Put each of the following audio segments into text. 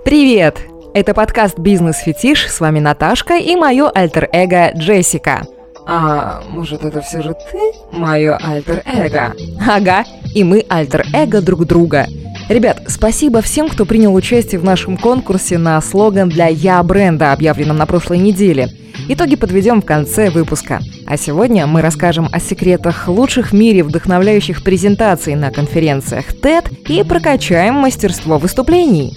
Привет! Это подкаст «Бизнес-фетиш», с вами Наташка и мое альтер-эго Джессика. А может, это все же ты, мое альтер-эго? Ага, и мы альтер-эго друг друга. Ребят, спасибо всем, кто принял участие в нашем конкурсе на слоган для Я-бренда, объявленном на прошлой неделе. Итоги подведем в конце выпуска. А сегодня мы расскажем о секретах лучших в мире вдохновляющих презентаций на конференциях TED и прокачаем мастерство выступлений.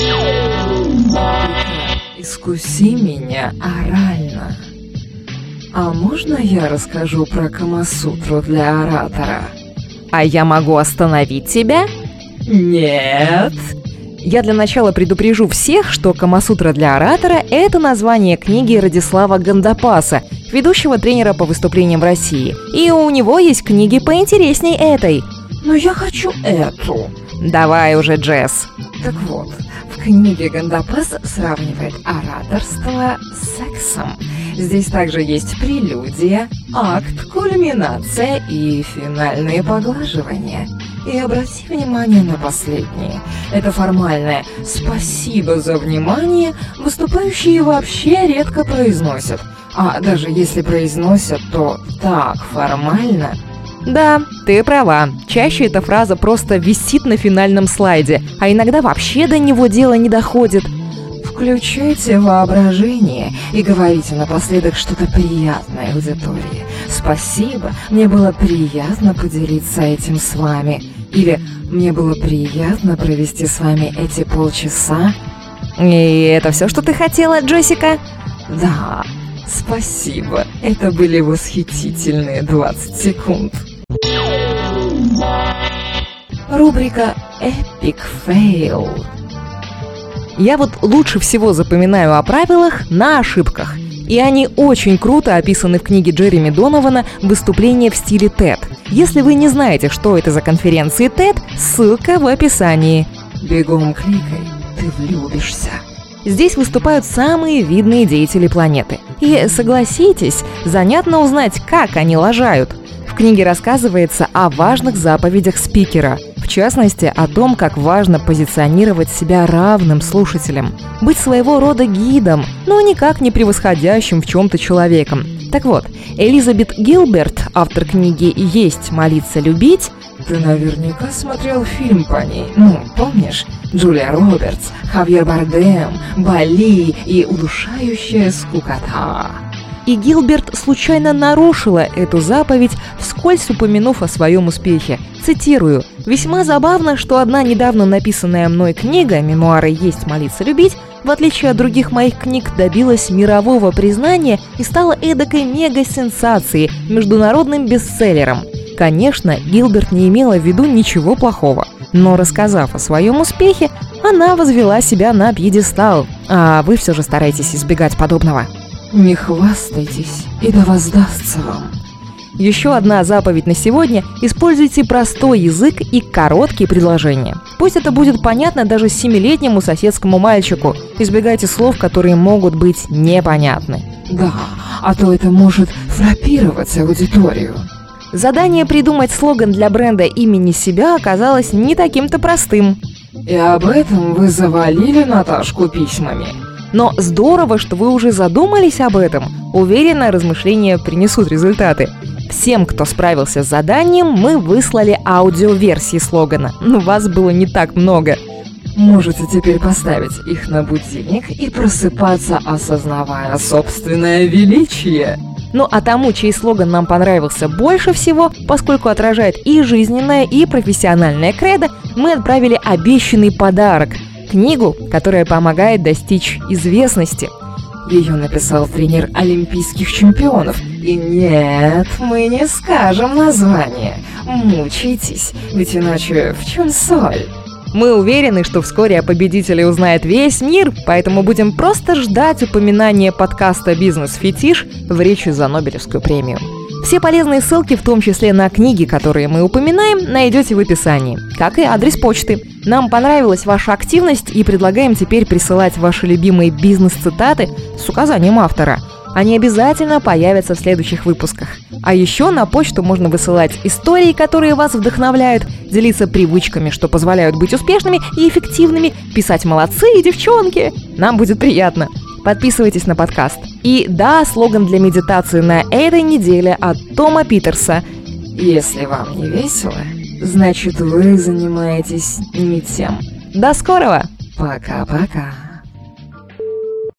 Искуси меня орально. А можно я расскажу про Камасутру для оратора? А я могу остановить тебя? Нет. Я для начала предупрежу всех, что «Камасутра для оратора» — это название книги Радислава Гандапаса, ведущего тренера по выступлениям в России. И у него есть книги поинтересней этой. Но я хочу эту. Давай уже, Джесс. Так вот, в книге Гандапас сравнивает ораторство с сексом. Здесь также есть прелюдия, акт, кульминация и финальные поглаживания. И обрати внимание на последние. Это формальное «спасибо за внимание» выступающие вообще редко произносят. А даже если произносят, то так формально. Да, ты права. Чаще эта фраза просто висит на финальном слайде, а иногда вообще до него дело не доходит. Включайте воображение и говорите напоследок что-то приятное аудитории. «Спасибо, мне было приятно поделиться этим с вами». Или «Мне было приятно провести с вами эти полчаса». И это все, что ты хотела, Джессика? Да, спасибо. Это были восхитительные 20 секунд. Рубрика «Эпик фейл». Я вот лучше всего запоминаю о правилах на ошибках. И они очень круто описаны в книге Джереми Донована «Выступление в стиле TED». Если вы не знаете, что это за конференции TED, ссылка в описании. Бегом кликай, ты влюбишься. Здесь выступают самые видные деятели планеты. И, согласитесь, занятно узнать, как они лажают. В книге рассказывается о важных заповедях спикера. В частности, о том, как важно позиционировать себя равным слушателям, быть своего рода гидом, но никак не превосходящим в чем-то человеком. Так вот, Элизабет Гилберт, автор книги «Есть, молиться, любить». Ты наверняка смотрел фильм по ней. Помнишь? Джулия Робертс, Хавьер Бардем, Бали и удушающая скукота. И Гилберт случайно нарушила эту заповедь, вскользь упомянув о своем успехе. Цитирую: «Весьма забавно, что одна недавно написанная мной книга «Мемуары «Есть, молиться, любить», в отличие от других моих книг, добилась мирового признания и стала эдакой мега-сенсацией, международным бестселлером». Конечно, Гилберт не имела в виду ничего плохого, но, рассказав о своем успехе, она возвела себя на пьедестал. А вы все же стараетесь избегать подобного. Не хвастайтесь, и да воздастся вам. Еще одна заповедь на сегодня – используйте простой язык и короткие предложения. Пусть это будет понятно даже 7-летнему соседскому мальчику. Избегайте слов, которые могут быть непонятны. Да, а то это может фраппировать аудиторию. Задание придумать слоган для бренда имени себя оказалось не таким-то простым. И об этом вы завалили Наташку письмами. Но здорово, что вы уже задумались об этом. Уверена, размышления принесут результаты. Всем, кто справился с заданием, мы выслали аудиоверсии слогана. Но вас было не так много. Можете теперь поставить их на будильник и просыпаться, осознавая собственное величие. Ну а тому, чей слоган нам понравился больше всего, поскольку отражает и жизненное, и профессиональное кредо, мы отправили обещанный подарок – книгу, которая помогает достичь известности. Ее написал тренер олимпийских чемпионов. И нет, мы не скажем название. Мучайтесь, ведь иначе в чем соль? Мы уверены, что вскоре о победителе узнает весь мир, поэтому будем просто ждать упоминания подкаста «Бизнес-фетиш» в речи за Нобелевскую премию. Все полезные ссылки, в том числе на книги, которые мы упоминаем, найдете в описании, как и адрес почты. Нам понравилась ваша активность и предлагаем теперь присылать ваши любимые бизнес-цитаты с указанием автора. Они обязательно появятся в следующих выпусках. А еще на почту можно высылать истории, которые вас вдохновляют, делиться привычками, что позволяют быть успешными и эффективными, писать «молодцы, девчонки». Нам будет приятно. Подписывайтесь на подкаст. И да, слоган для медитации на этой неделе от Тома Питерса. Если вам не весело, значит вы занимаетесь не тем. До скорого! Пока-пока.